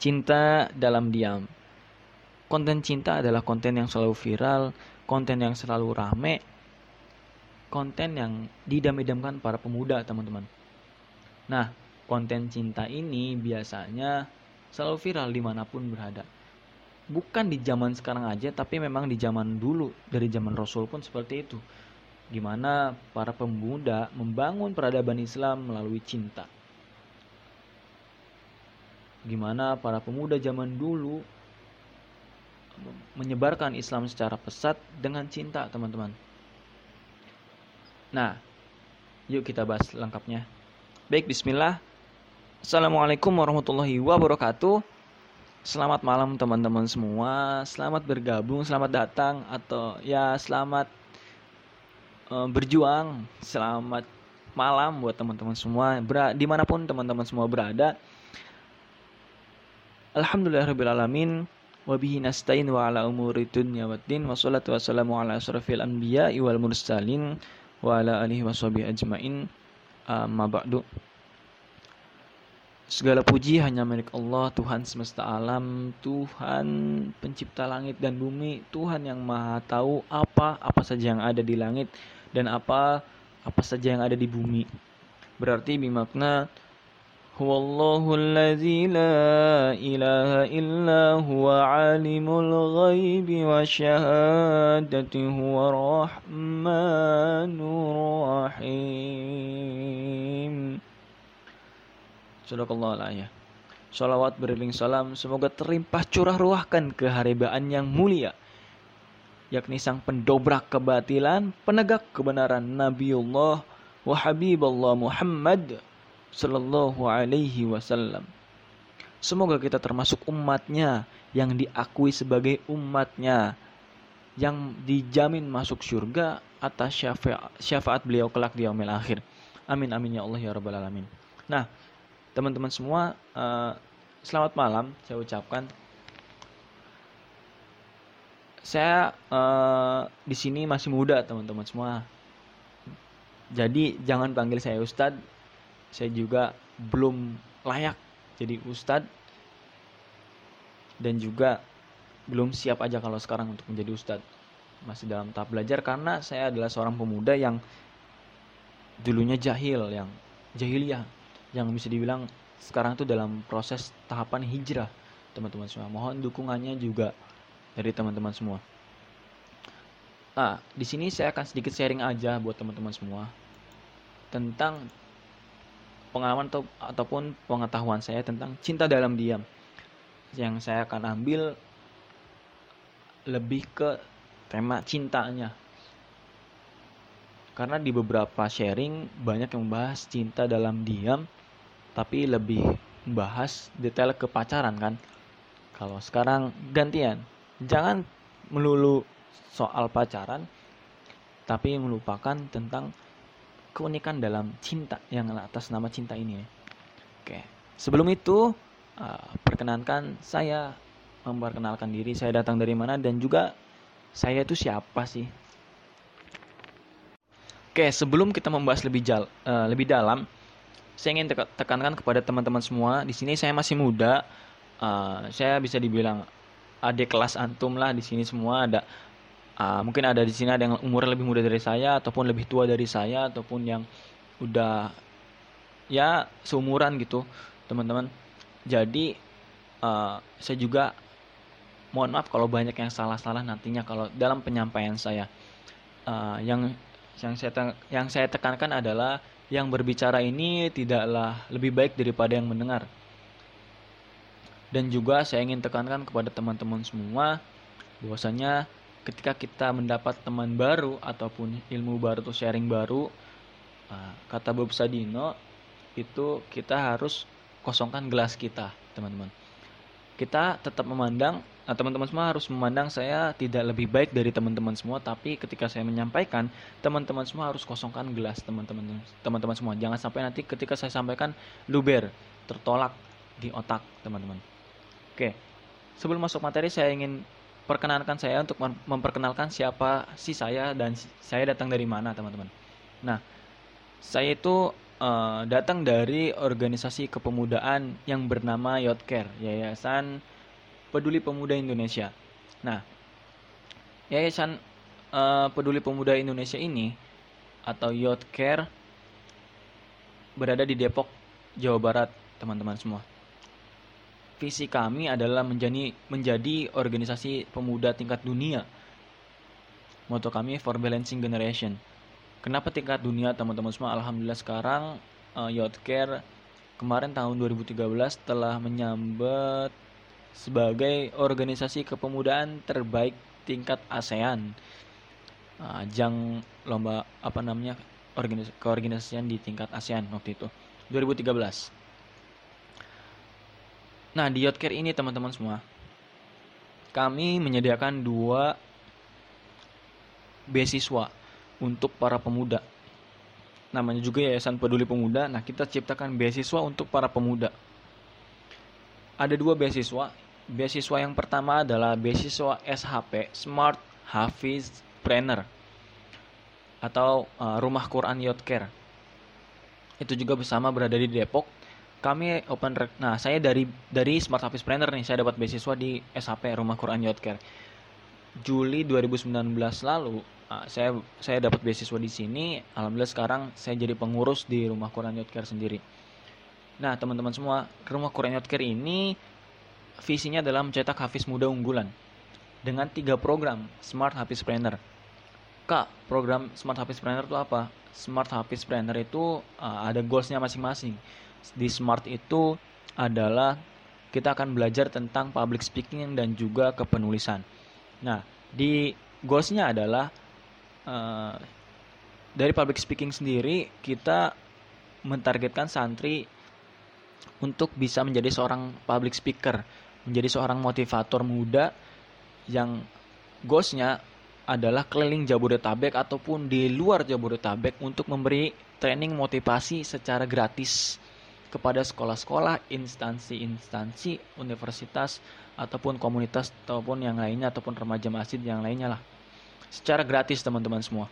Cinta dalam diam. Konten cinta adalah konten yang selalu viral, konten yang selalu rame, konten yang didam-idamkan para pemuda, teman-teman. Nah, konten cinta ini biasanya selalu viral dimanapun berada. Bukan di zaman sekarang aja, tapi memang di zaman dulu, dari zaman Rasul pun seperti itu. Gimana para pemuda membangun peradaban Islam melalui cinta. Gimana para pemuda zaman dulu menyebarkan Islam secara pesat dengan cinta, teman-teman. Nah, yuk kita bahas lengkapnya. Baik, bismillah. Assalamualaikum warahmatullahi wabarakatuh. Selamat malam teman-teman semua. Selamat bergabung, selamat datang, atau ya selamat berjuang. Selamat malam buat teman-teman semua, dimanapun teman-teman semua berada. Alhamdulillahirrabbilalamin. Wabihi nasta'in wa ala umuri dunya waddin. Wassalatu wassalamu ala asrafil anbiya'i wal mursalin wa ala alihi washabihi ajmain. Amma ba'du. Segala puji hanya milik Allah, Tuhan semesta alam, Tuhan pencipta langit dan bumi, Tuhan yang maha tahu apa saja yang ada di langit dan apa saja yang ada di bumi. Berarti bimakna Huwallahu allazi la ilaha illa huwa alimul ghaibi wa syahadati huwa rahmanur rahim. Sadaqallahu al-ayah. Shalawat beriring salam semoga terlimpah curah ruahkan keharibaan yang mulia, yakni sang pendobrak kebatilan, penegak kebenaran Nabiullah wa Habibullah Muhammad sallallahu alaihi wasallam. Semoga kita termasuk umatnya yang diakui sebagai umatnya, yang dijamin masuk surga atas syafaat beliau kelak di yaumil akhir. Amin amin ya Allah ya rabbal alamin. Nah, teman-teman semua, selamat malam saya ucapkan. Saya di sini masih muda teman-teman semua. Jadi jangan panggil saya Ustadz. Saya juga belum layak jadi Ustadz. Dan juga belum siap aja kalau sekarang untuk menjadi Ustadz. Masih dalam tahap belajar karena saya adalah seorang pemuda yang dulunya jahiliyah, yang bisa dibilang sekarang itu dalam proses tahapan hijrah, teman-teman semua. Mohon dukungannya juga dari teman-teman semua. Nah, di sini saya akan sedikit sharing aja buat teman-teman semua tentang pengalaman ataupun pengetahuan saya tentang cinta dalam diam. Yang saya akan ambil lebih ke tema cintanya. Karena di beberapa sharing banyak yang membahas cinta dalam diam, tapi lebih membahas detail ke pacaran kan. Kalau sekarang gantian, jangan melulu soal pacaran, tapi melupakan tentang keunikan dalam cinta yang atas nama cinta ini ya. Oke, sebelum itu perkenankan saya memperkenalkan diri, saya datang dari mana dan juga saya itu siapa sih. Oke, sebelum kita membahas lebih dalam, saya ingin tekankan kepada teman-teman semua. Di sini saya masih muda. Saya bisa dibilang adik kelas antum lah di sini semua ada. Mungkin ada di sini ada yang umurnya lebih muda dari saya ataupun lebih tua dari saya ataupun yang udah ya seumuran gitu, teman-teman. Jadi saya juga mohon maaf kalau banyak yang salah-salah nantinya kalau dalam penyampaian saya. Yang saya tekankan adalah yang berbicara ini tidaklah lebih baik daripada yang mendengar. Dan juga saya ingin tekankan kepada teman-teman semua bahwasanya ketika kita mendapat teman baru ataupun ilmu baru atau sharing baru, kata Bob Sadino itu kita harus kosongkan gelas kita, teman-teman. Kita tetap memandang, teman-teman semua harus memandang saya tidak lebih baik dari teman-teman semua, tapi ketika saya menyampaikan, teman-teman semua harus kosongkan gelas teman-teman semua. Jangan sampai nanti ketika saya sampaikan luber, tertolak di otak, teman-teman. Oke, sebelum masuk materi saya ingin perkenalkan saya untuk memperkenalkan siapa sih saya dan saya datang dari mana, teman-teman. Nah, saya itu datang dari organisasi kepemudaan yang bernama Yotker, Yayasan Peduli Pemuda Indonesia. Nah, Yayasan Peduli Pemuda Indonesia ini atau Yotker berada di Depok, Jawa Barat, teman-teman semua. Visi kami adalah menjadi organisasi pemuda tingkat dunia. Moto kami for balancing generation. Kenapa tingkat dunia, teman-teman semua? Alhamdulillah sekarang Yotker kemarin tahun 2013 telah menyambat sebagai organisasi kepemudaan terbaik tingkat ASEAN. Ajang lomba keorganisasian di tingkat ASEAN waktu itu 2013. Nah, di Yotker ini teman-teman semua, kami menyediakan 2 beasiswa untuk para pemuda. Namanya juga Yayasan Peduli Pemuda. Nah, kita ciptakan beasiswa untuk para pemuda. Ada 2 beasiswa. Beasiswa yang pertama adalah beasiswa SHP, Smart Hafiz Planner, atau Rumah Quran Yotker. Itu juga bersama berada di Depok. Kami saya dari Smart Hafiz Planner nih, saya dapat beasiswa di SHP Rumah Quran Yotker. Juli 2019 lalu saya dapat beasiswa di sini. Alhamdulillah sekarang saya jadi pengurus di Rumah Quran Yotker sendiri. Nah, teman-teman semua, Rumah Quran Yotker ini visinya adalah mencetak hafiz muda unggulan dengan 3 program Smart Hafiz Planner. Kak, program Smart Hafiz Planner itu apa? Smart Hafiz Planner itu ada goalsnya masing-masing. Di Smart itu adalah kita akan belajar tentang public speaking dan juga kepenulisan. Nah, di goalsnya adalah dari public speaking sendiri kita mentargetkan santri untuk bisa menjadi seorang public speaker, menjadi seorang motivator muda yang goalsnya adalah keliling Jabodetabek ataupun di luar Jabodetabek untuk memberi training motivasi secara gratis kepada sekolah-sekolah, instansi-instansi, universitas, ataupun komunitas, ataupun yang lainnya, ataupun remaja masjid yang lainnya lah. Secara gratis, teman-teman semua.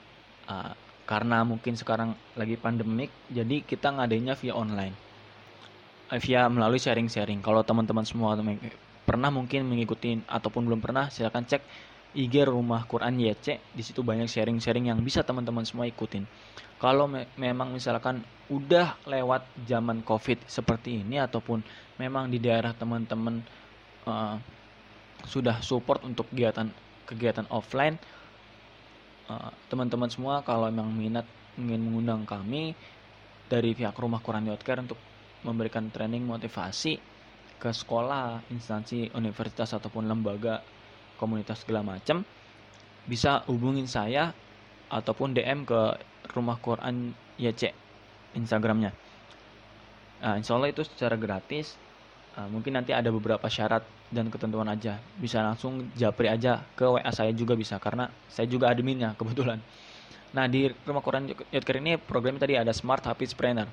Karena mungkin sekarang lagi pandemik, jadi kita ngadainnya via online. Via melalui sharing-sharing. Kalau teman-teman semua pernah mungkin mengikuti ataupun belum pernah, silakan cek IG Rumah Quran YC. Di situ banyak sharing-sharing yang bisa teman-teman semua ikutin. Kalau memang misalkan udah lewat zaman COVID seperti ini, ataupun memang di daerah teman-teman sudah support untuk kegiatan offline, teman-teman semua kalau memang minat ingin mengundang kami dari pihak Rumah Quran Yotker untuk memberikan training motivasi ke sekolah, instansi, universitas ataupun lembaga, komunitas segala macam, bisa hubungin saya ataupun DM ke Rumah Quran YC Instagramnya. Insya Allah itu secara gratis. Mungkin nanti ada beberapa syarat dan ketentuan aja. Bisa langsung japri aja ke WA saya juga bisa, karena saya juga adminnya kebetulan. Nah, di Rumah Quran Yotker ini programnya tadi ada Smart Hafiz Planner.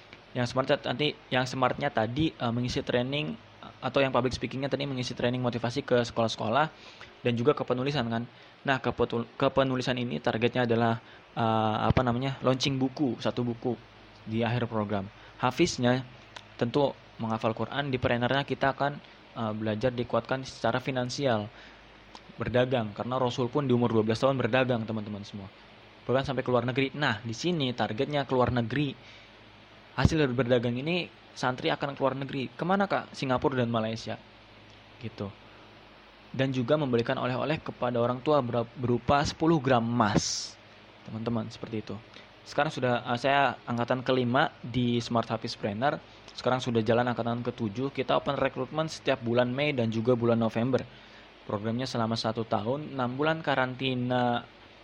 Yang smartnya tadi mengisi training, atau yang public speakingnya tadi mengisi training motivasi ke sekolah-sekolah dan juga kepenulisan kan. Nah, kepenulisan ini targetnya adalah launching buku, 1 buku di akhir program. Hafiznya tentu menghafal Quran. Di plannernya kita akan belajar dikuatkan secara finansial, berdagang, karena Rasul pun di umur 12 tahun berdagang, teman-teman semua, bahkan sampai ke luar negeri. Nah, di sini targetnya ke luar negeri. Hasil dari berdagang ini santri akan ke luar negeri. Kemana Kak? Singapura dan Malaysia gitu. Dan juga memberikan oleh-oleh kepada orang tua berupa 10 gram emas, teman-teman, seperti itu. Sekarang sudah saya angkatan ke-5 di Smart Hafiz Planner. Sekarang sudah jalan angkatan ke-7. Kita open recruitment setiap bulan Mei dan juga bulan November. Programnya selama 1 tahun, 6 bulan karantina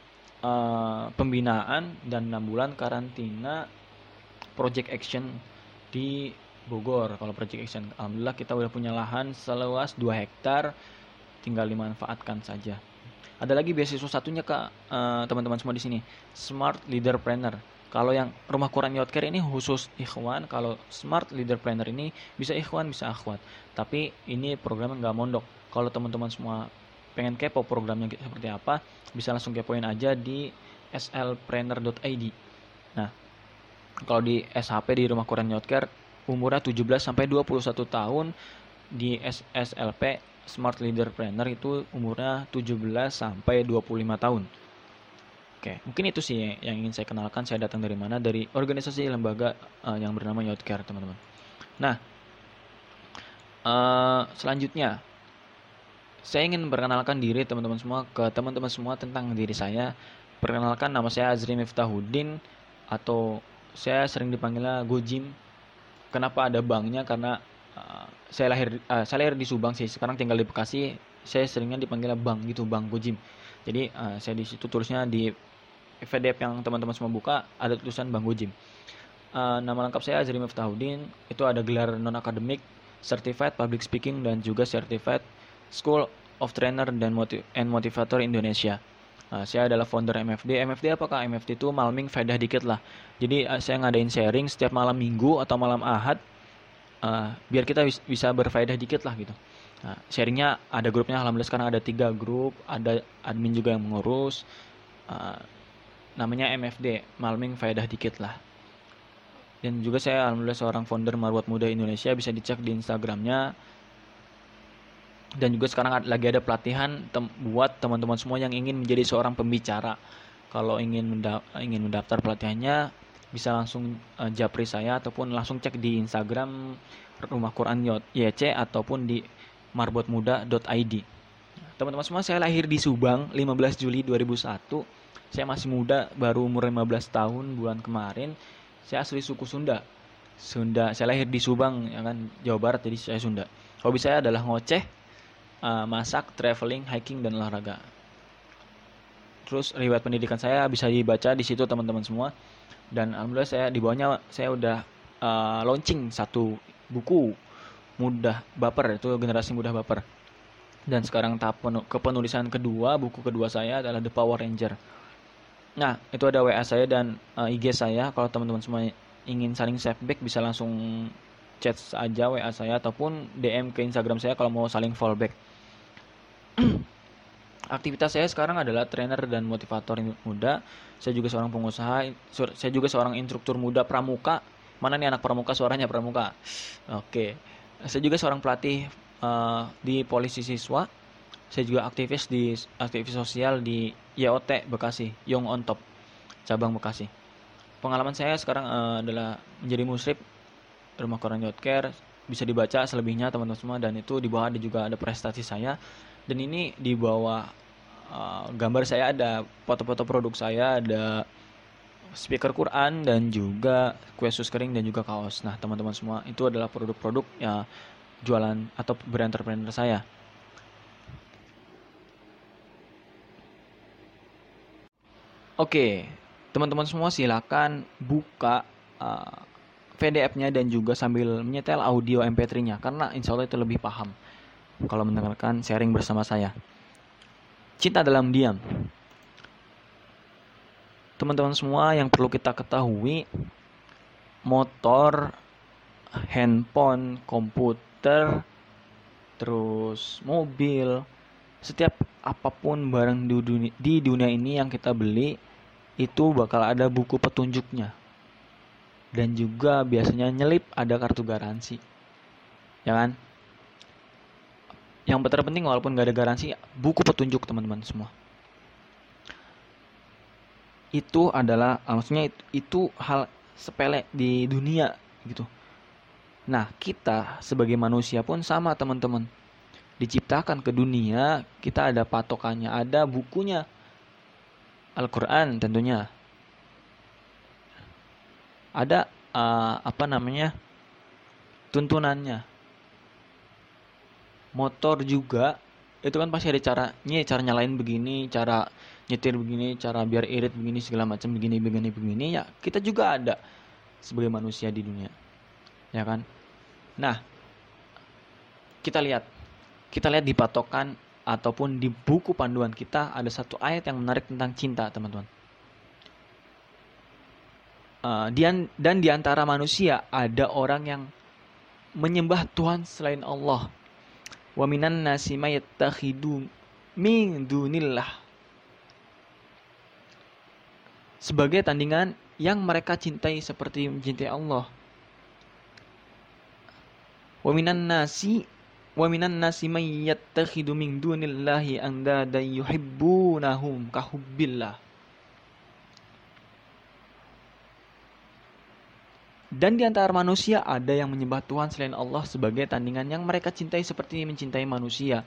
pembinaan dan 6 bulan karantina project action di Bogor. Kalau project action, alhamdulillah kita udah punya lahan seluas 2 hektar, tinggal dimanfaatkan saja. Ada lagi beasiswa satunya Kak, teman-teman semua di sini, Smart Leader Planner. Kalau yang Rumah Quran Yotker ini khusus ikhwan, kalau Smart Leader Planner ini bisa ikhwan, bisa akhwat. Tapi ini programnya nggak mondok. Kalau teman-teman semua pengen kepo programnya seperti apa, bisa langsung kepoin aja di slplanner.id. Nah, Kalau di SHP di Rumah Quran Yotker umurnya 17 sampai 21 tahun, di SLP Smart Leaderpreneur itu umurnya 17 sampai 25 tahun. Oke, mungkin itu sih yang ingin saya kenalkan. Saya datang dari mana? Dari organisasi lembaga yang bernama Yotker, teman-teman. Nah, selanjutnya saya ingin memperkenalkan diri teman-teman semua ke teman-teman semua tentang diri saya. Perkenalkan, nama saya Azri Miftahuddin, atau saya sering dipanggilnya Gojim. Kenapa ada bangnya? Karena saya lahir di Subang sih, sekarang tinggal di Bekasi. Saya seringnya dipanggilnya Bang gitu, Bang Gojim. Jadi saya di situ tulisnya di PDF yang teman-teman semua buka ada tulisan Bang Gojim. Nama lengkap saya Azri Miftahuddin. Itu ada gelar non akademik, Certified Public Speaking, dan juga Certified School of Trainer dan Motivator Indonesia. Saya adalah founder MFD. MFD apakah? MFD itu Malming Faedah Dikit lah. Jadi saya ngadain sharing setiap malam Minggu atau malam Ahad, biar kita bisa berfaedah dikit lah gitu. Sharingnya ada grupnya, alhamdulillah sekarang ada 3 grup, ada admin juga yang mengurus. Namanya MFD, Malming Faedah Dikit lah. Dan juga saya alhamdulillah seorang founder Marwat Muda Indonesia, bisa dicek di Instagramnya. Dan juga sekarang lagi ada pelatihan buat teman-teman semua yang ingin menjadi seorang pembicara. Kalau ingin mendaftar pelatihannya, bisa langsung japri saya ataupun langsung cek di Instagram Rumah Quran YC ataupun di marbotmuda.id. Teman-teman semua, saya lahir di Subang 15 Juli 2001. Saya masih muda, baru umur 15 tahun bulan kemarin. Saya asli suku Sunda. Saya lahir di Subang, ya kan, Jawa Barat, jadi saya Sunda. Hobi saya adalah ngoceh, masak, traveling, hiking, dan olahraga. Terus riwayat pendidikan saya bisa dibaca di situ teman-teman semua. Dan alhamdulillah saya di bawahnya saya udah launching 1 buku Mudah Baper, itu generasi mudah baper. Dan sekarang tahap kepenulisan kedua, buku kedua saya adalah The Power Ranger. Nah, itu ada WA saya dan IG saya. Kalau teman-teman semua ingin saling feedback, bisa langsung chat aja WA saya ataupun DM ke Instagram saya kalau mau saling fallback. Aktivitas saya sekarang adalah trainer dan motivator muda. Saya juga seorang pengusaha. Saya juga seorang instruktur muda pramuka. Mana nih anak pramuka, suaranya pramuka? Oke. Saya juga seorang pelatih di Polisi Siswa. Saya juga aktivis sosial di YOT Bekasi, Young on Top, cabang Bekasi. Pengalaman saya sekarang adalah menjadi musyrif Rumah Quran Yotker. Bisa dibaca selebihnya teman-teman semua, dan itu di bawah juga ada prestasi saya. Dan ini di bawah gambar saya ada foto-foto produk saya, ada speaker Quran dan juga kue sus kering dan juga kaos. Nah, teman-teman semua, itu adalah produk-produk jualan atau brand entrepreneur saya. Oke, teman-teman semua silakan buka PDF-nya dan juga sambil menyetel audio MP3-nya, karena insya Allah itu lebih paham kalau mendengarkan sharing bersama saya. Cinta dalam diam. Teman-teman semua, yang perlu kita ketahui, motor, handphone, komputer, terus mobil, setiap apapun barang di dunia ini yang kita beli, itu bakal ada buku petunjuknya. Dan juga biasanya nyelip ada kartu garansi. Ya kan? Yang terpenting walaupun gak ada garansi, buku petunjuk teman-teman semua. Itu adalah, maksudnya itu hal sepele di dunia gitu. Nah, kita sebagai manusia pun sama teman-teman. Diciptakan ke dunia, kita ada patokannya, ada bukunya. Al-Quran tentunya. Ada tuntunannya. Motor juga, itu kan pasti ada caranya, cara nyalain begini, cara nyetir begini, cara biar irit begini, segala macam begini ya. Kita juga ada sebagai manusia di dunia, ya kan. Nah, kita lihat di patokan ataupun di buku panduan kita ada satu ayat yang menarik tentang cinta, teman-teman. Dan di antara manusia ada orang yang menyembah Tuhan selain Allah. Wa minan nasi may yattakhidu min dunillah, sebagai tandingan yang mereka cintai seperti mencintai Allah. Wa minan nasi may yattakhidhu min dunillahi andadan yuhibbunahum kahubbillah. Dan di antara manusia ada yang menyembah Tuhan selain Allah sebagai tandingan yang mereka cintai seperti mencintai manusia.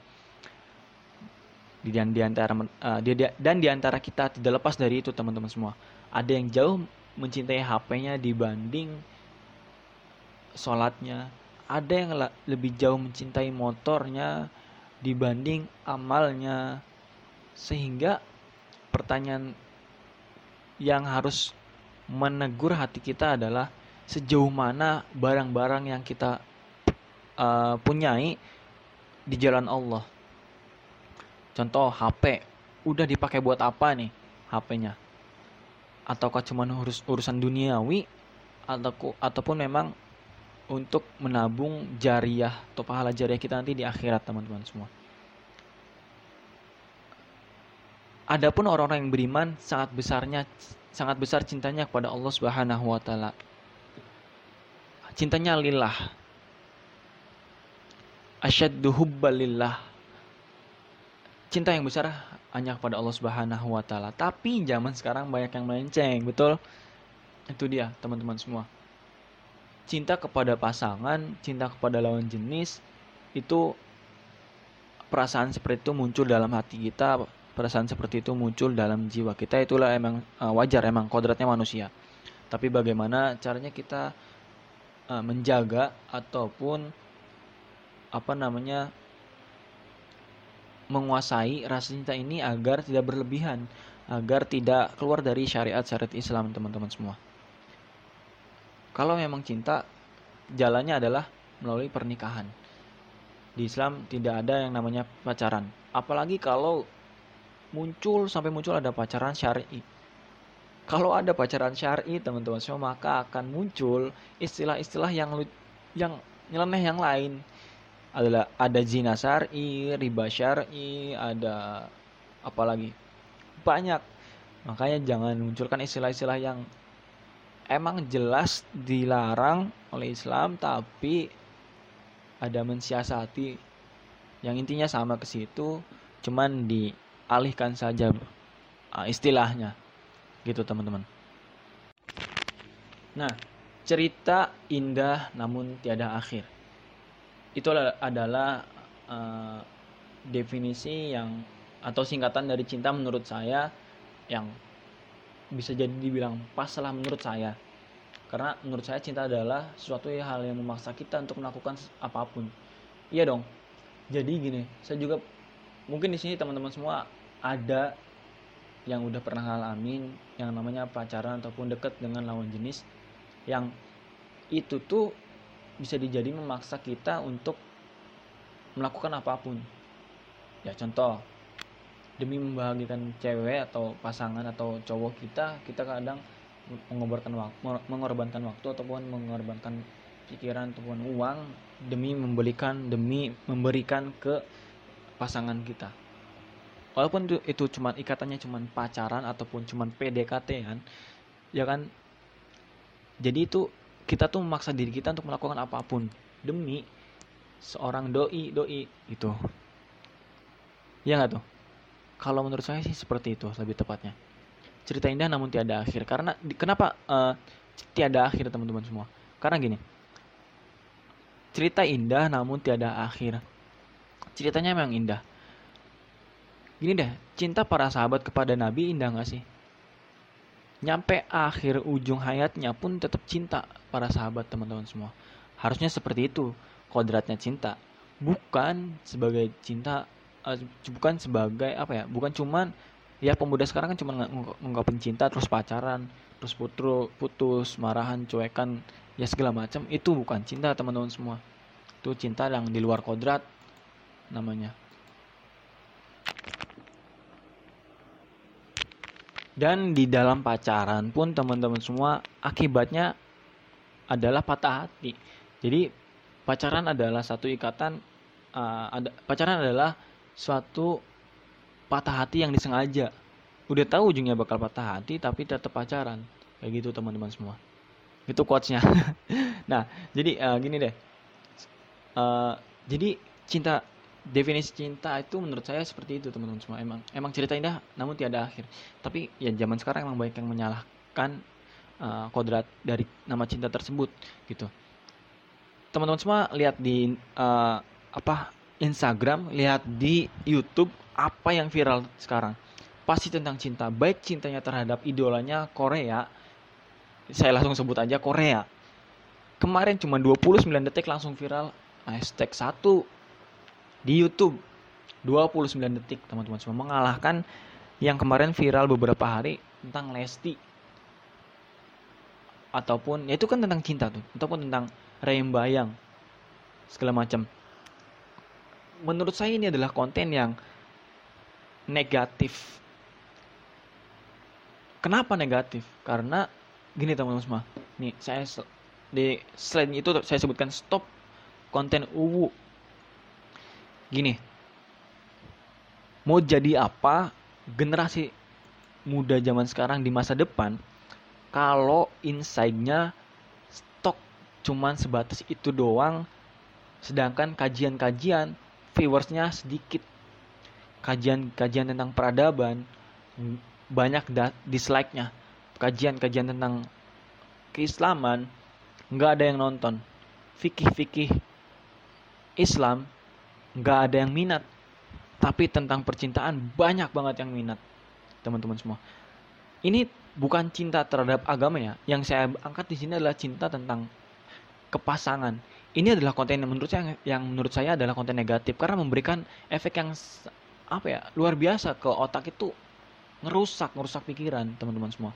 Dan di antara kita tidak lepas dari itu, teman-teman semua. Ada yang jauh mencintai HP-nya dibanding sholatnya. Ada yang lebih jauh mencintai motornya dibanding amalnya. Sehingga pertanyaan yang harus menegur hati kita adalah sejauh mana barang-barang yang kita punyai di jalan Allah. Contoh HP, udah dipakai buat apa nih HP-nya? Ataukah cuma urusan duniawi ataupun memang untuk menabung jariah atau pahala jariah kita nanti di akhirat, teman-teman semua. Adapun orang-orang yang beriman sangat besar cintanya kepada Allah Subhanahu wa taala. Cintanya lillah. Asyaddu hubbalillah. Cinta yang besar hanya kepada Allah Subhanahu wa taala. Tapi zaman sekarang banyak yang melenceng, betul? Itu dia, teman-teman semua. Cinta kepada pasangan, cinta kepada lawan jenis, itu perasaan seperti itu muncul dalam hati kita, perasaan seperti itu muncul dalam jiwa kita. Itulah emang wajar, emang kodratnya manusia. Tapi bagaimana caranya kita menjaga ataupun menguasai rasa cinta ini agar tidak berlebihan, agar tidak keluar dari syariat-syariat Islam, teman-teman semua. Kalau memang cinta, jalannya adalah melalui pernikahan. Di Islam tidak ada yang namanya pacaran. Apalagi kalau muncul ada pacaran syar'i. Kalau ada pacaran syar'i, teman-teman semua, maka akan muncul istilah-istilah yang nyeleneh yang lain. Ada zina syar'i, riba syar'i, ada apa lagi? Banyak. Makanya jangan munculkan istilah-istilah yang emang jelas dilarang oleh Islam, tapi ada mensiasati yang intinya sama ke situ, cuman dialihkan saja istilahnya. Gitu, teman-teman. Nah, cerita indah namun tiada akhir. Itu adalah definisi yang atau singkatan dari cinta menurut saya yang bisa jadi dibilang pas lah menurut saya. Karena menurut saya cinta adalah sesuatu hal yang memaksa kita untuk melakukan apapun. Iya dong. Jadi gini, saya juga mungkin di sini teman-teman semua ada yang udah pernah ngalamin yang namanya pacaran ataupun dekat dengan lawan jenis, yang itu tuh bisa dijadiin memaksa kita untuk melakukan apapun. Ya contoh, demi membahagiakan cewek atau pasangan atau cowok kita kadang mengorbankan waktu ataupun mengorbankan pikiran ataupun uang demi memberikan ke pasangan kita. Walaupun itu ikatannya cuman pacaran ataupun cuman PDKT-an, ya kan? Jadi itu kita tuh memaksa diri kita untuk melakukan apapun demi seorang doi gitu. Ya nggak tuh? Kalau menurut saya sih seperti itu lebih tepatnya. Cerita indah namun tiada akhir. Karena kenapa tiada akhir, teman-teman semua? Karena gini. Cerita indah namun tiada akhir. Ceritanya memang indah. Gini deh, cinta para sahabat kepada Nabi indah gak sih? Nyampe akhir ujung hayatnya pun tetap cinta para sahabat, teman-teman semua. Harusnya seperti itu kodratnya cinta. Bukan sebagai cinta, bukan sebagai bukan cuman ya pemuda sekarang kan cuma ngungkapin cinta terus pacaran, terus putus, marahan, cuekan, ya segala macam. Itu bukan cinta, teman-teman semua. Itu cinta yang di luar kodrat namanya. Dan di dalam pacaran pun, teman-teman semua, akibatnya adalah patah hati. Jadi pacaran adalah satu ikatan, pacaran adalah suatu patah hati yang disengaja. Udah tahu ujungnya bakal patah hati tapi tetap pacaran. Kayak gitu teman-teman semua. Itu quotes-nya. Nah, jadi gini deh. Jadi definisi cinta itu menurut saya seperti itu teman-teman semua. Emang cerita indah namun tiada akhir. Tapi ya zaman sekarang emang banyak yang menyalahkan kodrat dari nama cinta tersebut gitu. Teman-teman semua lihat di Instagram, lihat di YouTube apa yang viral sekarang. Pasti tentang cinta, baik cintanya terhadap idolanya Korea. Saya langsung sebut aja Korea. Kemarin cuma 29 detik langsung viral hashtag 1 di YouTube. 29 detik teman-teman semua, mengalahkan yang kemarin viral beberapa hari tentang Lesti. Ataupun ya itu kan tentang cinta tuh, ataupun tentang Rembayang segala macam. Menurut saya ini adalah konten yang negatif. Kenapa negatif? Karena gini teman-teman semua. Nih, saya di slide itu saya sebutkan stop konten UU. Gini. Mau jadi apa generasi muda zaman sekarang di masa depan kalau insight-nya stok cuman sebatas itu doang, sedangkan kajian-kajian viewersnya sedikit. Kajian-kajian tentang peradaban banyak dislike-nya. Kajian-kajian tentang keislaman nggak ada yang nonton. Fikih-fikih Islam nggak ada yang minat. Tapi tentang percintaan banyak banget yang minat, teman-teman semua. Ini bukan cinta terhadap agama ya. Yang saya angkat di sini adalah cinta tentang kepasangan. Ini adalah konten yang menurut saya adalah konten negatif karena memberikan efek yang luar biasa ke otak itu, ngerusak pikiran teman-teman semua.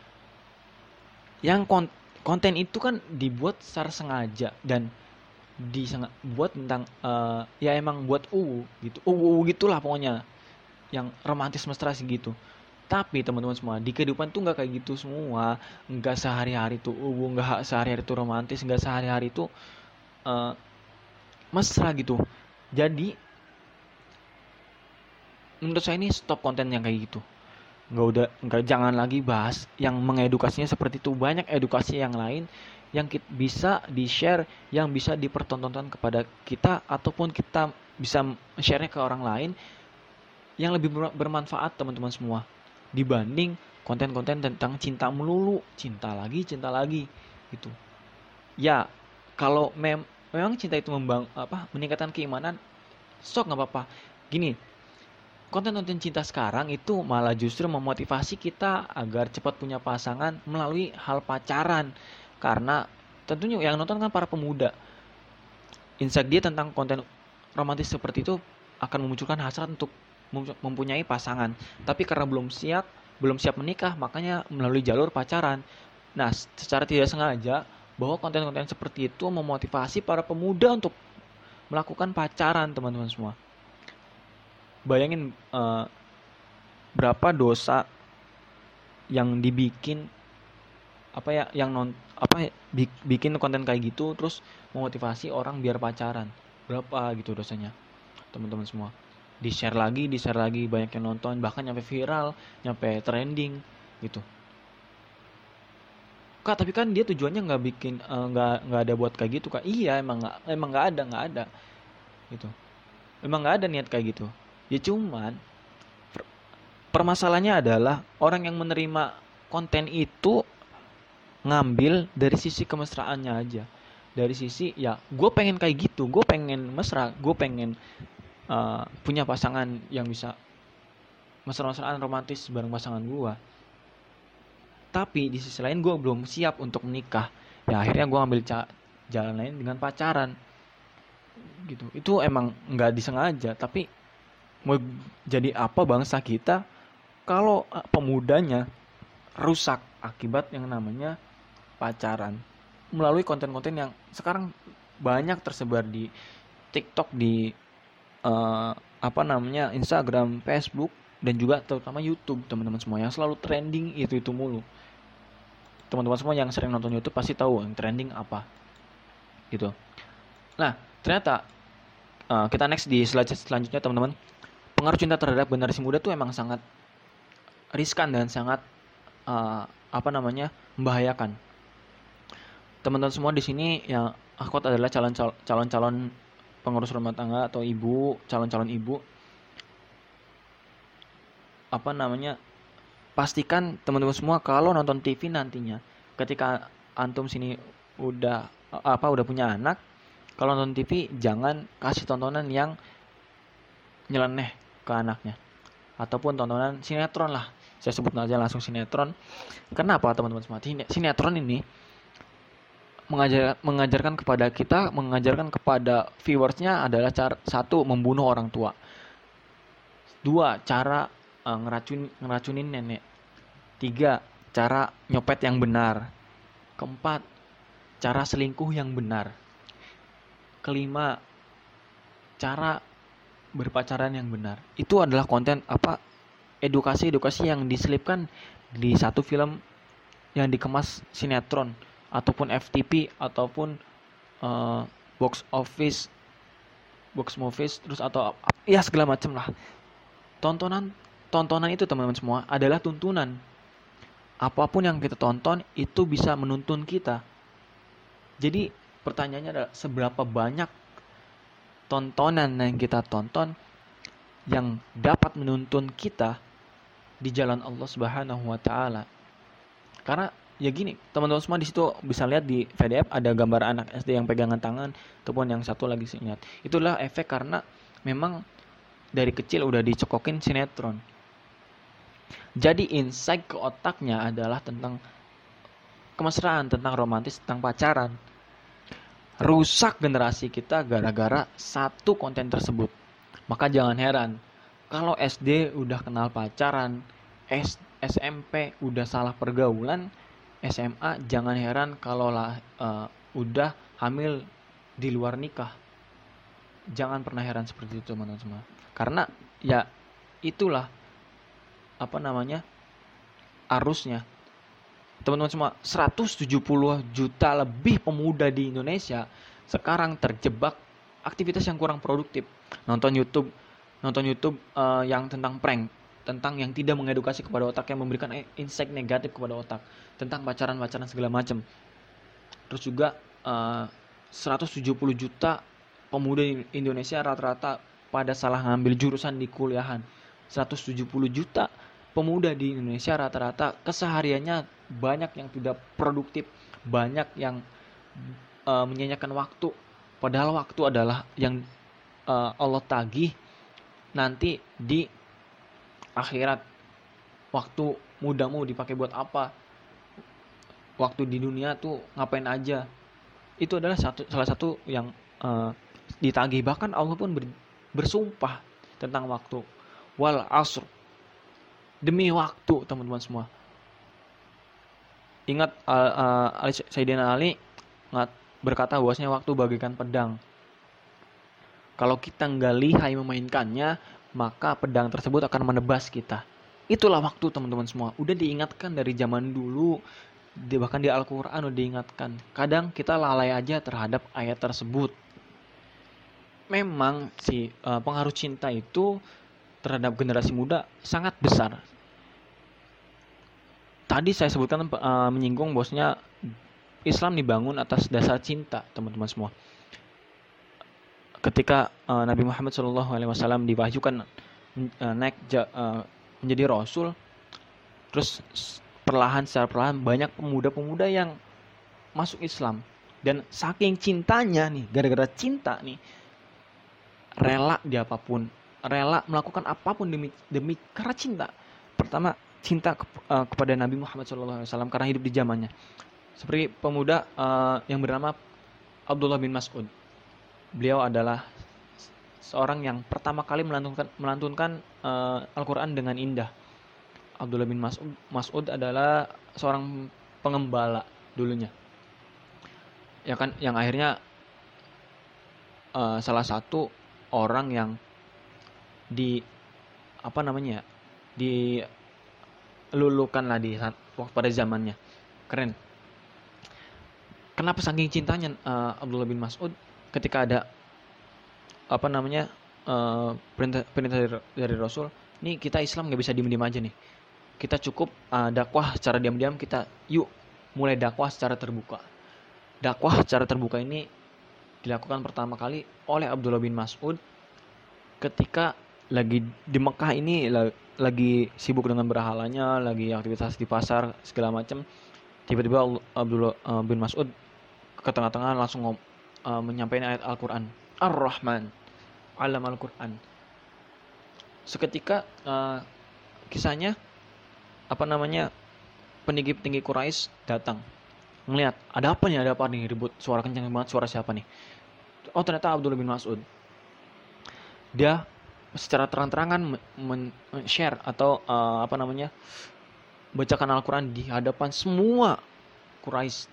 Yang konten itu kan dibuat secara sengaja dan buat tentang ya emang buat gitu, gitulah pokoknya, yang romantis mesra gitu. Tapi teman-teman semua, di kehidupan tuh nggak kayak gitu semua. Nggak sehari-hari tuh nggak sehari-hari tuh romantis, nggak sehari-hari tuh mesra gitu. Jadi menurut saya ini stop konten yang kayak gitu. Jangan lagi bahas yang mengedukasinya seperti itu. Banyak edukasi yang lain yang bisa di-share, yang bisa dipertontonkan kepada kita, ataupun kita bisa share-nya ke orang lain yang lebih bermanfaat teman-teman semua, dibanding konten-konten tentang cinta melulu, cinta lagi gitu. Ya, kalau memang cinta itu meningkatkan keimanan, sok nggak apa-apa. Gini, konten-konten cinta sekarang itu malah justru memotivasi kita agar cepat punya pasangan melalui hal pacaran. Karena tentunya yang nonton kan para pemuda. Insight dia tentang konten romantis seperti itu akan memunculkan hasrat untuk mempunyai pasangan. Tapi karena belum siap menikah, makanya melalui jalur pacaran. Nah, secara tidak sengaja bahwa konten-konten seperti itu memotivasi para pemuda untuk melakukan pacaran, teman-teman semua. Bayangin berapa dosa yang dibikin bikin konten kayak gitu terus memotivasi orang biar pacaran. Berapa gitu dosanya, teman-teman semua. Di-share lagi, banyak yang nonton, bahkan nyampe viral, nyampe trending gitu. Kak, tapi kan dia tujuannya nggak bikin nggak ada buat kayak gitu, Kak. Iya, emang nggak ada gitu. Emang nggak ada niat kayak gitu. Ya cuman permasalahannya adalah orang yang menerima konten itu ngambil dari sisi kemesraannya aja. Dari sisi ya gue pengen kayak gitu, gue pengen mesra, gue pengen punya pasangan yang bisa mesra-mesraan romantis bareng pasangan gue. Tapi di sisi lain gue belum siap untuk menikah. Ya akhirnya gue ambil jalan lain dengan pacaran gitu. Itu emang nggak disengaja, tapi mau jadi apa bangsa kita kalau pemudanya rusak akibat yang namanya pacaran melalui konten-konten yang sekarang banyak tersebar di TikTok, di Instagram, Facebook, dan juga terutama YouTube, teman-teman semua, yang selalu trending itu mulu. Teman-teman semua yang sering nonton YouTube pasti tahu yang trending apa gitu. Nah, ternyata kita next di slide selanjutnya, teman-teman. Pengaruh cinta terhadap generasi muda tuh emang sangat riskan dan sangat membahayakan. Teman-teman semua di sini yang akhwat adalah calon-calon pengurus rumah tangga atau calon-calon ibu. Pastikan teman-teman semua kalau nonton TV nantinya, ketika antum sini udah punya anak, kalau nonton TV jangan kasih tontonan yang nyeleneh ke anaknya, ataupun tontonan sinetron lah. Saya sebut aja langsung sinetron. Kenapa teman-teman semua? Sinetron ini mengajarkan kepada viewersnya adalah satu, membunuh orang tua. Dua, cara ngeracunin nenek. Tiga, cara nyopet yang benar. Keempat, cara selingkuh yang benar. Kelima, cara berpacaran yang benar. Itu adalah konten edukasi yang diselipkan di satu film yang dikemas sinetron ataupun FTP ataupun box movies terus atau ya segala macam lah. Tontonan itu teman-teman semua adalah tuntunan. Apapun yang kita tonton itu bisa menuntun kita. Jadi pertanyaannya adalah seberapa banyak tontonan yang kita tonton yang dapat menuntun kita di jalan Allah Subhanahu wa taala. Karena ya gini, teman-teman semua di situ bisa lihat di PDF ada gambar anak SD yang pegangan tangan ataupun yang satu lagi ingat. Itulah efek karena memang dari kecil udah dicekokin sinetron. Jadi insight ke otaknya adalah tentang kemesraan, tentang romantis, tentang pacaran. Rusak generasi kita gara-gara satu konten tersebut. Maka jangan heran kalau SD udah kenal pacaran, SMP udah salah pergaulan, SMA jangan heran kalau udah hamil di luar nikah. Jangan pernah heran seperti itu teman-teman semua. Karena ya itulah arusnya. Teman-teman semua, 170 juta lebih pemuda di Indonesia sekarang terjebak aktivitas yang kurang produktif. Nonton YouTube yang tentang prank, tentang yang tidak mengedukasi kepada otak, yang memberikan insight negatif kepada otak, tentang pacaran segala macam. Terus juga 170 juta pemuda di Indonesia rata-rata pada salah ngambil jurusan di kuliahan. 170 juta pemuda di Indonesia rata-rata kesehariannya banyak yang tidak produktif, banyak yang menyanyikan waktu. Padahal waktu adalah yang Allah tagih nanti di akhirat. Waktu mudamu dipakai buat apa? Waktu di dunia tuh ngapain aja? Itu adalah salah satu yang ditagih. Bahkan Allah pun bersumpah tentang waktu. Wal asr, demi waktu teman-teman semua. Ingat Sayyidina Ali berkata bahwasanya waktu bagaikan pedang. Kalau kita nggak lihai memainkannya, maka pedang tersebut akan menebas kita. Itulah waktu teman-teman semua. Udah diingatkan dari zaman dulu, bahkan di Al-Quran udah diingatkan. Kadang kita lalai aja terhadap ayat tersebut. Memang pengaruh cinta itu terhadap generasi muda sangat besar. Tadi saya sebutkan menyinggung bahwasanya Islam dibangun atas dasar cinta, teman-teman semua. Ketika Nabi Muhammad SAW diwahyukan naik menjadi Rasul, terus secara perlahan banyak pemuda-pemuda yang masuk Islam. Dan saking cintanya nih, gara-gara cinta nih, rela melakukan apapun demi karena cinta. Pertama, cinta kepada Nabi Muhammad SAW karena hidup di zamannya. Seperti pemuda yang bernama Abdullah bin Mas'ud. Beliau adalah seorang yang pertama kali melantunkan Al-Quran dengan indah. Abdullah bin Mas'ud adalah seorang pengembala dulunya. Ya kan, yang akhirnya salah satu orang yang dilulukan lah pada zamannya. Keren. Kenapa saking cintanya Abdullah bin Mas'ud ketika ada perintah dari Rasul, nih kita Islam nggak bisa diem-diem aja nih. kita cukup dakwah secara diam-diam, kita yuk mulai dakwah secara terbuka. Dakwah secara terbuka ini dilakukan pertama kali oleh Abdullah bin Mas'ud ketika lagi di Mekah ini, lagi sibuk dengan berhalanya, lagi aktivitas di pasar segala macam. Tiba-tiba Abdullah bin Mas'ud ke tengah-tengah langsung menyampaikan ayat Al-Quran, Ar-Rahman, alam Al-Quran. Seketika kisahnya peninggi-peninggi Quraisy datang ngelihat ada apa nih ribut, suara kencang banget, suara siapa nih? Oh, ternyata Abdullah bin Mas'ud. Dia secara terang-terangan share atau bacakan Al-Quran di hadapan semua Quraisy.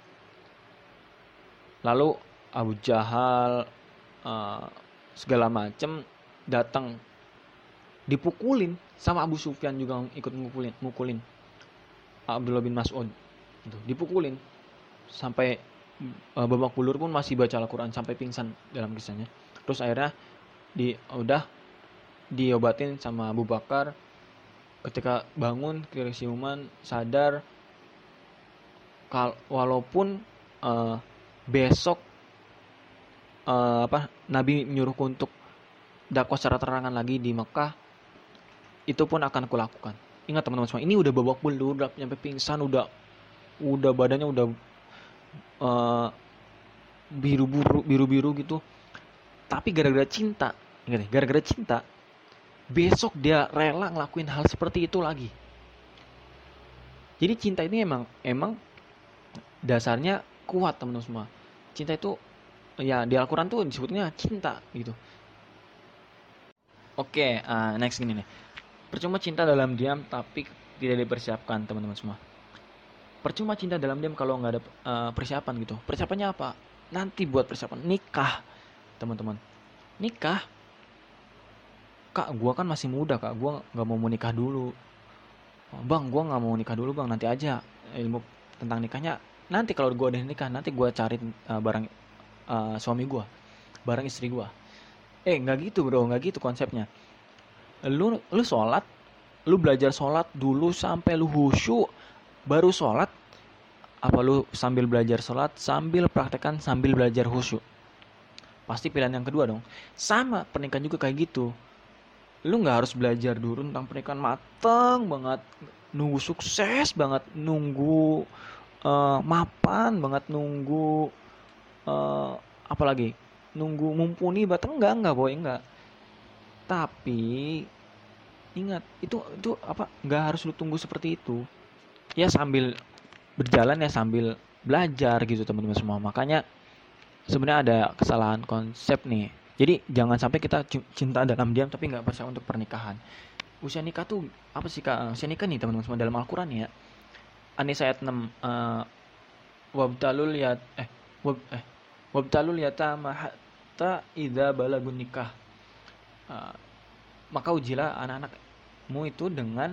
Lalu Abu Jahal segala macam datang, dipukulin sama Abu Sufyan juga ikut mukulin Abdullah bin Mas'ud. Dipukulin sampai babak belur pun masih baca Al-Quran sampai pingsan dalam kisahnya. Terus akhirnya diobatin sama Abu Bakar. Ketika bangun siuman, sadar, walaupun besok Nabi menyuruhku untuk dakwah secara terangan lagi di Mekah, itu pun akan kulakukan. Ingat teman-teman semua, ini udah babak belur, udah sampai pingsan, udah badannya udah biru-biru gitu. Tapi gara-gara cinta, ingat ya, gara-gara cinta, besok dia rela ngelakuin hal seperti itu lagi. Jadi cinta ini emang dasarnya kuat teman-teman semua. Cinta itu ya di Al-Quran tuh disebutnya cinta gitu. Oke, next gini nih. Percuma cinta dalam diam tapi tidak dipersiapkan teman-teman semua. Percuma cinta dalam diam kalau nggak ada persiapan gitu. Persiapannya apa? Nanti buat persiapan nikah teman-teman. Nikah, kak gue kan masih muda, kak gue nggak mau menikah dulu. Bang, gue nggak mau nikah dulu bang, nanti aja ilmu tentang nikahnya. Nanti kalau gue udah nikah, nanti gue cari barang suami gue, barang istri gue. Nggak gitu bro, nggak gitu konsepnya. Lu sholat, lu belajar sholat dulu sampai lu khusyuk, baru sholat. Apa lu sambil belajar sholat, sambil praktekkan, sambil belajar khusyuk? Pasti pilihan yang kedua dong. Sama pernikahan juga kayak gitu. Lu nggak harus belajar dulu tentang pernikahan mateng banget, nunggu sukses banget, nunggu mapan banget, nunggu apalagi nunggu mumpuni banget. Enggak boy, enggak. Tapi ingat, itu nggak harus lu tunggu seperti itu. Ya sambil berjalan, ya sambil belajar gitu teman-teman semua. Makanya sebenarnya ada kesalahan konsep nih. Jadi jangan sampai kita cinta dalam diam tapi nggak persiapan untuk pernikahan. Usia nikah tuh apa sih kak? Usia nikah nih teman-teman semua dalam Al-Quran ya. An-Nisa ayat 6, wabtalul yatama hatta idza balagun nikah. Maka ujilah anak-anakmu itu dengan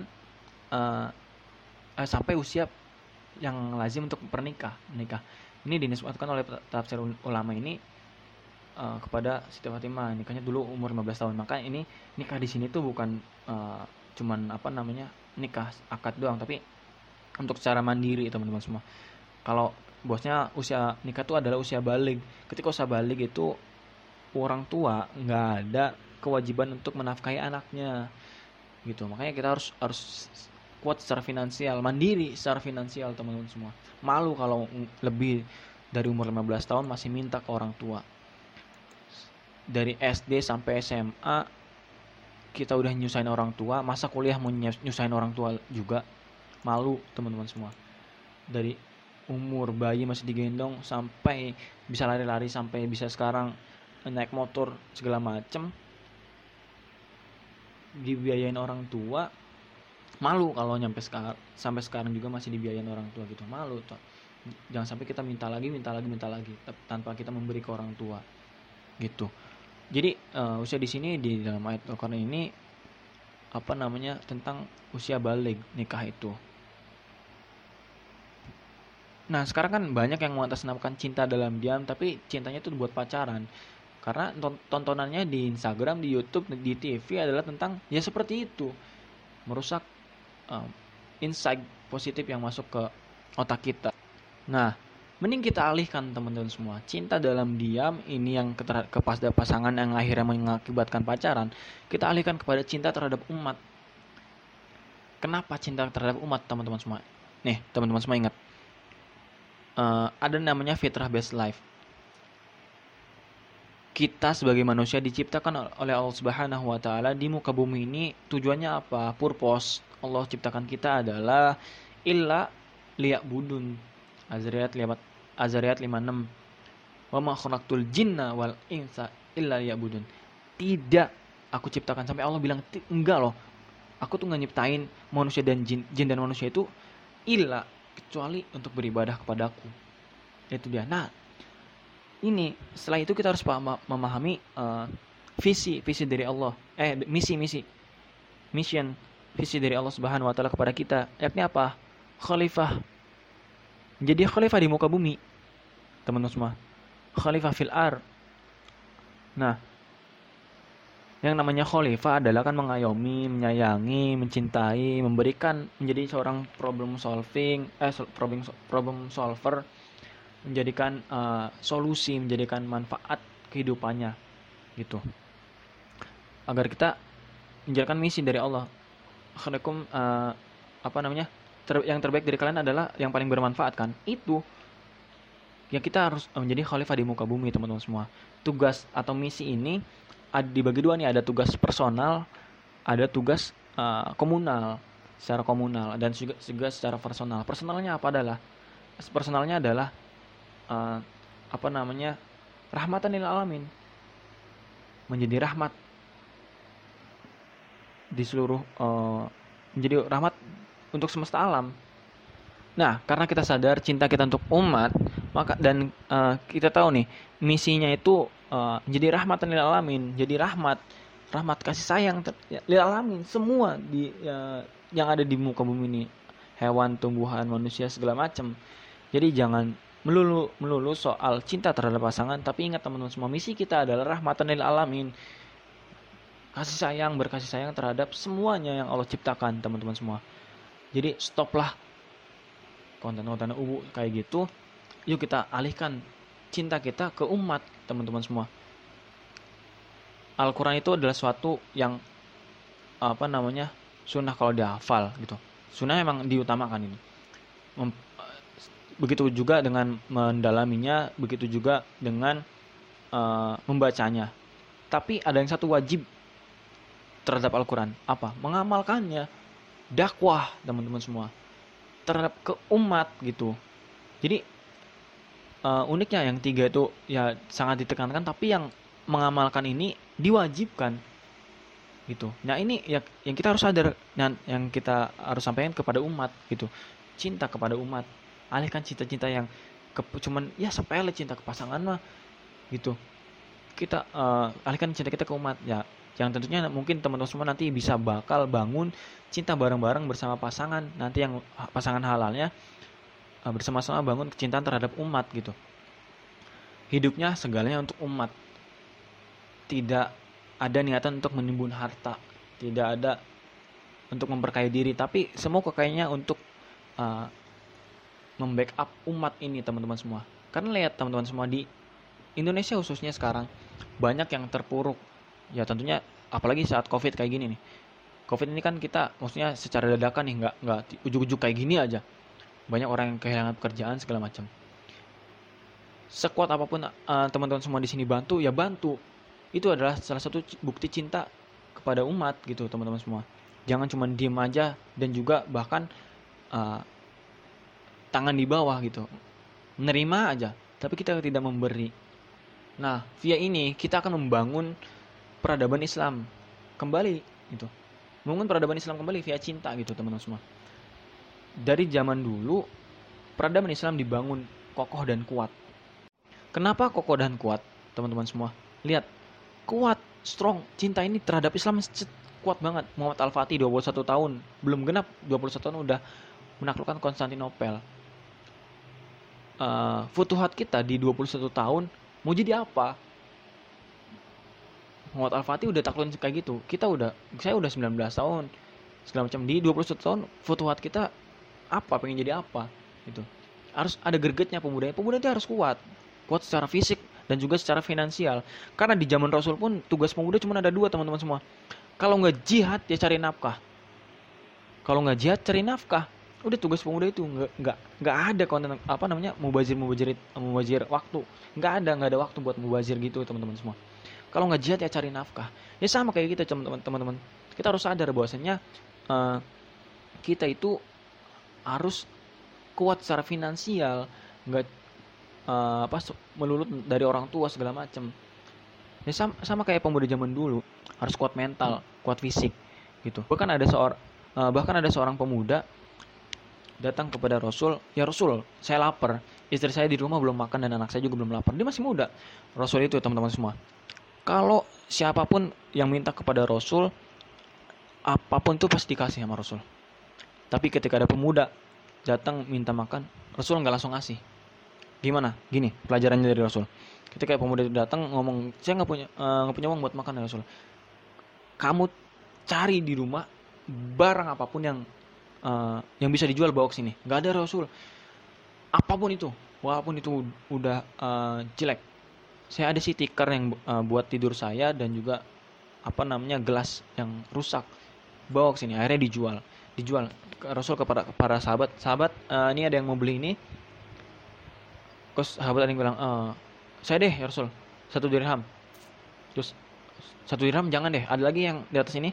sampai usia yang lazim untuk menikah. Ini dinisbatkan oleh tafsir ulama ini kepada Siti Fatimah, nikahnya dulu umur 15 tahun. Maka ini nikah di sini tuh bukan cuman nikah akad doang, tapi untuk secara mandiri teman-teman semua. Kalau bosnya usia nikah tuh adalah usia baligh. Ketika usia baligh itu orang tua nggak ada kewajiban untuk menafkahi anaknya gitu. Makanya kita harus kuat secara finansial, mandiri secara finansial teman-teman semua. Malu kalau lebih dari umur 15 tahun masih minta ke orang tua. Dari SD sampai SMA kita udah nyusahin orang tua, masa kuliah mau nyusahin orang tua juga? Malu teman-teman semua. Dari umur bayi masih digendong sampai bisa lari-lari, sampai bisa sekarang naik motor segala macem, dibiayain orang tua. Malu kalau sampai sekarang juga masih dibiayain orang tua gitu. Malu toh. Jangan sampai kita minta lagi tanpa kita memberi ke orang tua gitu. Jadi usia di sini di dalam ayat Al-Quran ini tentang usia baligh nikah itu. Nah sekarang kan banyak yang mengatasnamakan cinta dalam diam, tapi cintanya itu buat pacaran. Karena tontonannya di Instagram, di YouTube, di TV adalah tentang ya seperti itu, merusak insight positif yang masuk ke otak kita. Nah, mending kita alihkan teman-teman semua. Cinta dalam diam ini yang kepada pasangan yang akhirnya mengakibatkan pacaran, kita alihkan kepada cinta terhadap umat. Kenapa cinta terhadap umat, teman-teman semua? Nih, teman-teman semua ingat, ada namanya fitrah based life. Kita sebagai manusia diciptakan oleh Allah Subhanahu wa taala di muka bumi ini, tujuannya apa? Purpose Allah ciptakan kita adalah illa liya'budun. Azariyat 56. Wa ma khalaqtul jinna wal insa illa liya'budun. Tidak aku ciptakan, sampai Allah bilang enggak loh. Aku tuh enggak nyiptain manusia dan jin dan manusia itu illa kecuali untuk beribadah kepadaku. Itu dia. Nah, ini setelah itu kita harus memahami visi dari Allah, visi dari Allah Subhanahu wa taala kepada kita, yakni apa? Khalifah. Jadi khalifah di muka bumi, teman-teman semua. Khalifah fil ar. Nah, yang namanya khalifah adalah kan mengayomi, menyayangi, mencintai, memberikan, menjadi seorang problem solver, menjadikan solusi, menjadikan manfaat kehidupannya gitu, agar kita menjalankan misi dari Allah. Khairukum yang terbaik dari kalian adalah yang paling bermanfaat, kan? Itu yang kita harus menjadi khalifah di muka bumi, teman-teman semua. Tugas atau misi ini dibagi dua nih, ada tugas personal, ada tugas komunal, secara komunal, dan juga secara personal. Personalnya adalah rahmatan lil alamin, menjadi rahmat di seluruh menjadi rahmat untuk semesta alam. Nah, karena kita sadar cinta kita untuk umat, maka dan kita tahu nih misinya itu menjadi rahmatan lil alamin, jadi rahmat kasih sayang lil alamin, semua yang ada di muka bumi ini, hewan, tumbuhan, manusia, segala macam. Jadi jangan melulu soal cinta terhadap pasangan, tapi ingat teman-teman semua, misi kita adalah rahmatan lil alamin, berkasih sayang terhadap semuanya yang Allah ciptakan, teman-teman semua. Jadi stoplah konten-konten kayak gitu. Yuk kita alihkan cinta kita ke umat, teman-teman semua. Al-Quran itu adalah suatu yang sunnah kalau dihafal gitu. Sunnah memang diutamakan ini. Begitu juga dengan mendalaminya, begitu juga dengan membacanya. Tapi ada yang satu wajib terhadap Al-Quran, apa? Mengamalkannya, dakwah, teman-teman semua, terhadap ke umat gitu. Jadi uniknya yang 3 itu ya sangat ditekankan, tapi yang mengamalkan ini diwajibkan gitu. Nah, ini yang kita harus sadar, dan yang kita harus sampaikan kepada umat gitu. Cinta kepada umat. Alihkan cinta-cinta yang cuman ya sepele, cinta ke pasangan mah gitu. Kita alihkan cinta kita ke umat ya, yang tentunya mungkin teman-teman semua nanti bisa bakal bangun cinta bareng-bareng bersama pasangan, nanti yang pasangan halalnya bersama-sama bangun kecintaan terhadap umat gitu. Hidupnya segalanya untuk umat, tidak ada niatan untuk menimbun harta, tidak ada untuk memperkaya diri, tapi semua kekayaannya untuk membackup umat ini, teman-teman semua. Karena lihat teman-teman semua, di Indonesia khususnya sekarang banyak yang terpuruk. Ya tentunya apalagi saat Covid kayak gini nih. Covid ini kan kita maksudnya secara dadakan nih, nggak ujuk-ujuk kayak gini aja. Banyak orang yang kehilangan pekerjaan segala macam. Sekuat apapun teman-teman semua di sini bantu, ya bantu. Itu adalah salah satu bukti cinta kepada umat gitu, teman-teman semua. Jangan cuma diem aja, dan juga bahkan tangan di bawah gitu, menerima aja, tapi kita tidak memberi. Nah, via ini kita akan membangun peradaban Islam kembali gitu, membangun peradaban Islam kembali via cinta gitu, teman-teman semua. Dari zaman dulu peradaban Islam dibangun kokoh dan kuat. Kenapa kokoh dan kuat, teman-teman semua? Lihat, kuat, strong, cinta ini terhadap Islam kuat banget. Muhammad Al-Fatih 21 tahun, belum genap 21 tahun udah menaklukkan Konstantinopel. Futuhat kita di 21 tahun mau jadi apa? Muhammad Al-Fatih udah taklukin kayak gitu. Saya udah 19 tahun. segala macam. Di 21 tahun futuhat kita apa, pengen jadi apa gitu. Harus ada gregetnya pemuda itu harus kuat secara fisik dan juga secara finansial. Karena di zaman Rasul pun tugas pemuda cuma ada dua, teman-teman semua. Kalau nggak jihad ya cari nafkah. Kalau nggak jihad cari nafkah. Udah tugas pemuda itu nggak ada konten apa namanya mubazir waktu. Nggak ada waktu buat mubazir gitu, teman-teman semua. Kalau nggak jihad ya cari nafkah. Ya sama kayak kita, teman-teman. Kita harus sadar bahwasanya kita itu harus kuat secara finansial, nggak melulu dari orang tua segala macam. Ya sama kayak pemuda zaman dulu, harus kuat mental, kuat fisik gitu. Bahkan ada seorang pemuda datang kepada Rasul, "Ya Rasul, saya lapar. Istri saya di rumah belum makan dan anak saya juga belum lapar." Dia masih muda. Rasul itu, teman-teman semua. Kalau siapapun yang minta kepada Rasul, apapun itu pasti dikasih sama Rasul. Tapi ketika ada pemuda datang minta makan, Rasul nggak langsung ngasih. Gimana? Gini pelajarannya dari Rasul. Ketika pemuda itu datang ngomong, "Saya nggak punya uang buat makan ya Rasul." Kamu cari di rumah barang apapun yang bisa dijual, bawa ke sini. Nggak ada Rasul. Apapun itu, walaupun itu udah jelek. Saya ada sih tikar yang buat tidur saya dan juga gelas yang rusak. Bawa ke sini. Akhirnya dijual. Rasul kepada para sahabat, ini ada yang mau beli ini. Terus sahabat ada yang bilang, saya deh ya Rasul, 1 dirham. Terus 1 dirham jangan deh, ada lagi yang di atas ini.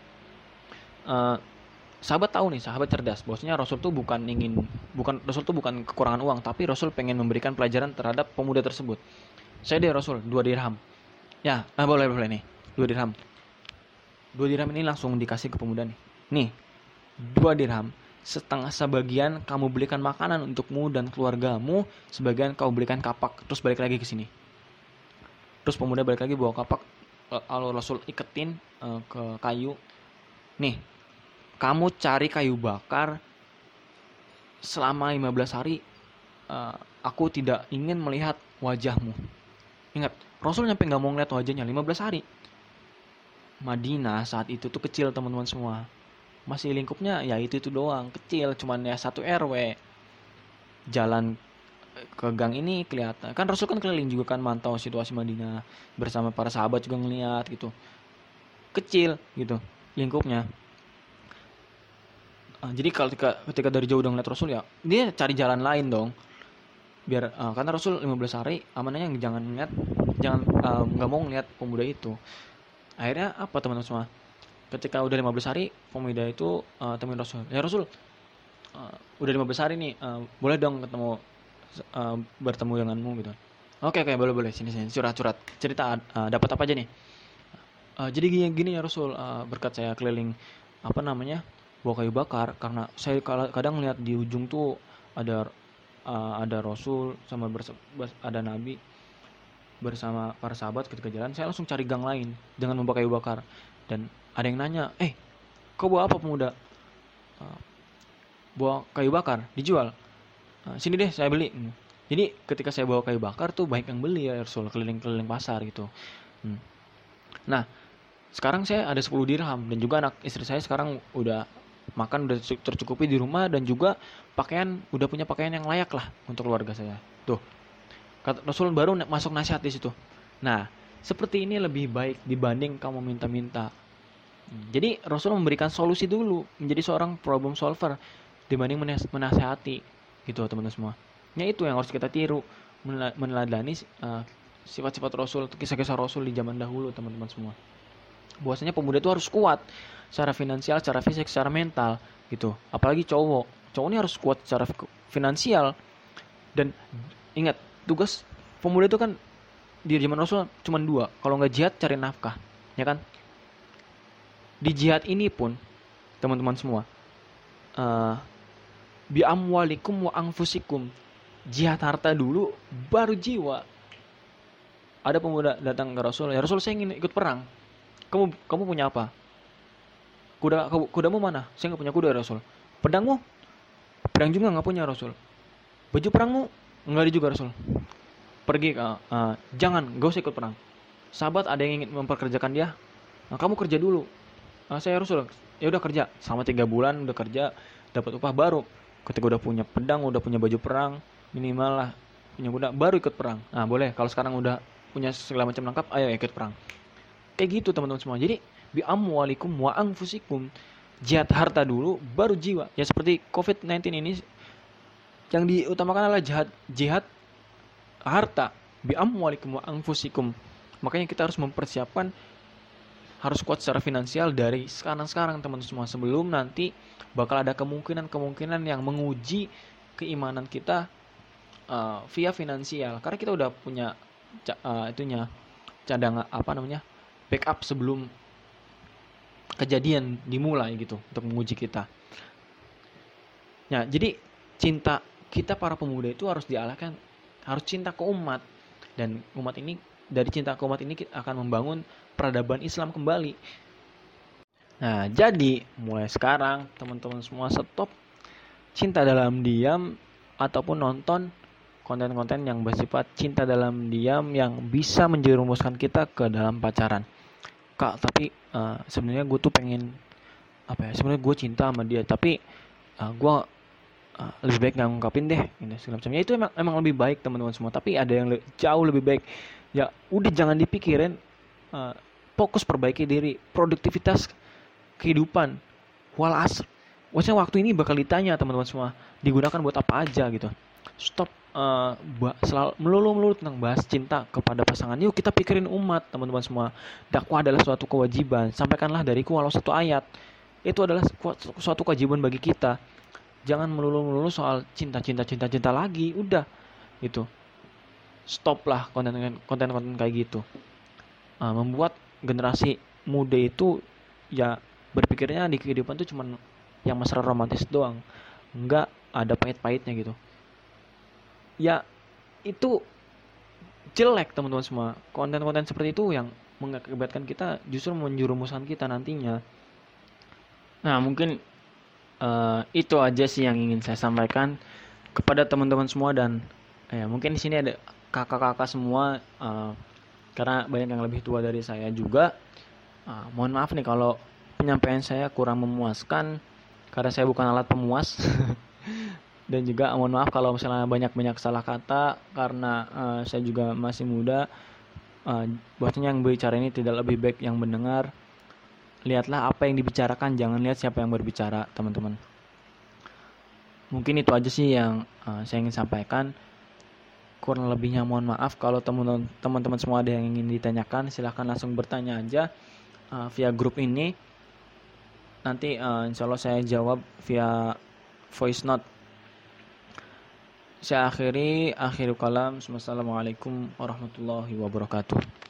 Sahabat tahu nih, sahabat cerdas, bahwasanya Rasul tuh bukan kekurangan uang, tapi Rasul pengen memberikan pelajaran terhadap pemuda tersebut. Saya deh Rasul 2 dirham. Ya, boleh nih, 2 dirham. 2 dirham ini langsung dikasih ke pemuda nih. Nih, 2 dirham. Setengah sebagian kamu belikan makanan untukmu dan keluargamu, sebagian kau belikan kapak, terus balik lagi ke sini. Terus pemuda balik lagi bawa kapak, lalu Rasul iketin ke kayu. Nih, kamu cari kayu bakar selama 15 hari, aku tidak ingin melihat wajahmu. Ingat, Rasul nyampe gak mau ngeliat wajahnya 15 hari. Madinah saat itu tuh kecil, teman-teman semua. Masih lingkupnya ya itu doang, kecil, cuman ya 1 RW. Jalan ke gang ini kelihatan. Kan Rasul kan keliling juga kan, mantau situasi Madinah bersama para sahabat juga ngeliat gitu. Kecil gitu lingkupnya. Jadi ketika dari jauh udah ngeliat Rasul, ya dia cari jalan lain dong. Biar karena Rasul 15 hari amanahnya jangan nggak mau ngeliat pemuda itu. Akhirnya apa, teman-teman semua? Ketika udah 15 hari, pemuda itu temuin Rasul. "Ya Rasul, udah 15 hari nih, boleh dong bertemu denganmu gitu." Oke, boleh. Sini curhat. Cerita, dapat apa aja nih? Jadi gini ya Rasul, berkat saya keliling bawa kayu bakar, karena saya kadang lihat di ujung tuh ada Rasul sama ada Nabi bersama para sahabat. Ketika jalan, saya langsung cari gang lain dengan membawa kayu bakar. Dan ada yang nanya, kau bawa apa pemuda? Bawa kayu bakar, dijual. Sini deh saya beli. Jadi ketika saya bawa kayu bakar tuh banyak yang beli ya Rasul, keliling-keliling pasar gitu. Nah, sekarang saya ada 10 dirham dan juga anak istri saya sekarang udah makan, udah tercukupi di rumah, dan juga udah punya pakaian yang layak lah untuk keluarga saya. Tuh, kata Rasul baru masuk nasihat di situ. Nah, seperti ini lebih baik dibanding kamu minta-minta. Jadi Rasul memberikan solusi dulu, menjadi seorang problem solver dibanding menasihati gitu, teman-teman semua. Ya itu yang harus kita tiru, meneladani sifat-sifat Rasul, kisah-kisah Rasul di zaman dahulu, teman-teman semua. Bahwasanya pemuda itu harus kuat secara finansial, secara fisik, secara mental gitu. Apalagi cowok ini harus kuat secara finansial. Dan ingat, tugas pemuda itu kan di zaman Rasul cuma 2, kalau nggak jihad cari nafkah, ya kan? Di jihad ini pun, teman-teman semua, bi amwalikum wa anfusikum, jihad harta dulu baru jiwa. Ada pemuda datang ke Rasul, "Ya Rasul, saya ingin ikut perang. Kamu punya apa? Kudamu mana?" "Saya nggak punya kuda Rasul." "Pedangmu?" "Pedang juga nggak punya Rasul." "Baju perangmu?" "Nggak ada juga Rasul." "Pergi, jangan, gak usah ikut perang." Sahabat ada yang ingin memperkerjakan dia, "Kamu kerja dulu." "Saya Rasul, ya udah kerja selama 3 bulan, udah kerja dapat upah baru. Ketika udah punya pedang, udah punya baju perang, minimal lah punya kuda, baru ikut perang. Nah boleh, kalau sekarang udah punya segala macam lengkap, ayo ikut perang. Kayak gitu teman-teman semua. Jadi bi amwalikum wa anfusikum, jihad harta dulu baru jiwa. Ya seperti COVID-19 ini, yang diutamakan adalah jihad harta, bi amwalikum wa anfusikum. Makanya kita harus mempersiapkan, harus kuat secara finansial dari sekarang teman-teman semua, sebelum nanti bakal ada kemungkinan yang menguji keimanan kita via finansial, karena kita udah punya cadangan backup sebelum kejadian dimulai gitu, untuk menguji kita. Nah jadi cinta kita para pemuda itu harus dialahkan, harus cinta ke umat, dan umat ini, dari cinta ke umat ini kita akan membangun peradaban Islam kembali. Nah jadi mulai sekarang teman-teman semua stop cinta dalam diam ataupun nonton konten-konten yang bersifat cinta dalam diam yang bisa menjerumuskan kita ke dalam pacaran. Kak, tapi sebenarnya gue tuh pengen sebenarnya gue cinta sama dia, tapi gue lebih baik nggak ngungkapin deh, gitu segala macamnya. Itu emang lebih baik teman-teman semua, tapi ada yang jauh lebih baik. Ya udah, jangan dipikirin, fokus perbaiki diri, produktivitas kehidupan. Walas, maksudnya waktu ini bakal ditanya teman-teman semua, digunakan buat apa aja gitu. Stop selalu melulu tentang bahas cinta kepada pasangan. Yuk kita pikirin umat teman-teman semua. Dakwah adalah suatu kewajiban. Sampaikanlah dariku walau satu ayat. Itu adalah suatu kewajiban bagi kita. Jangan melulu soal cinta lagi. Udah gitu. Stop lah konten kayak gitu. Membuat generasi muda itu ya berpikirnya di kehidupan tuh cuman yang masalah romantis doang, enggak ada pahit-pahitnya gitu. Ya itu jelek teman-teman semua. Konten-konten seperti itu yang mengakibatkan kita justru menjerumuskan kita nantinya. Nah mungkin itu aja sih yang ingin saya sampaikan kepada teman-teman semua. Dan mungkin di sini ada kakak-kakak semua, karena banyak yang lebih tua dari saya juga. Mohon maaf nih kalau penyampaian saya kurang memuaskan, karena saya bukan alat pemuas. Dan juga mohon maaf kalau misalnya banyak salah kata, karena saya juga masih muda. Bahwasanya yang berbicara ini tidak lebih baik yang mendengar. Lihatlah apa yang dibicarakan, jangan lihat siapa yang berbicara teman-teman. Mungkin itu aja sih yang saya ingin sampaikan. Kurang lebihnya mohon maaf. Kalau teman-teman semua ada yang ingin ditanyakan, silahkan langsung bertanya aja via grup ini. Nanti insya Allah saya jawab via voice note. Saya akhiri kalam. Wassalamualaikum warahmatullahi wabarakatuh.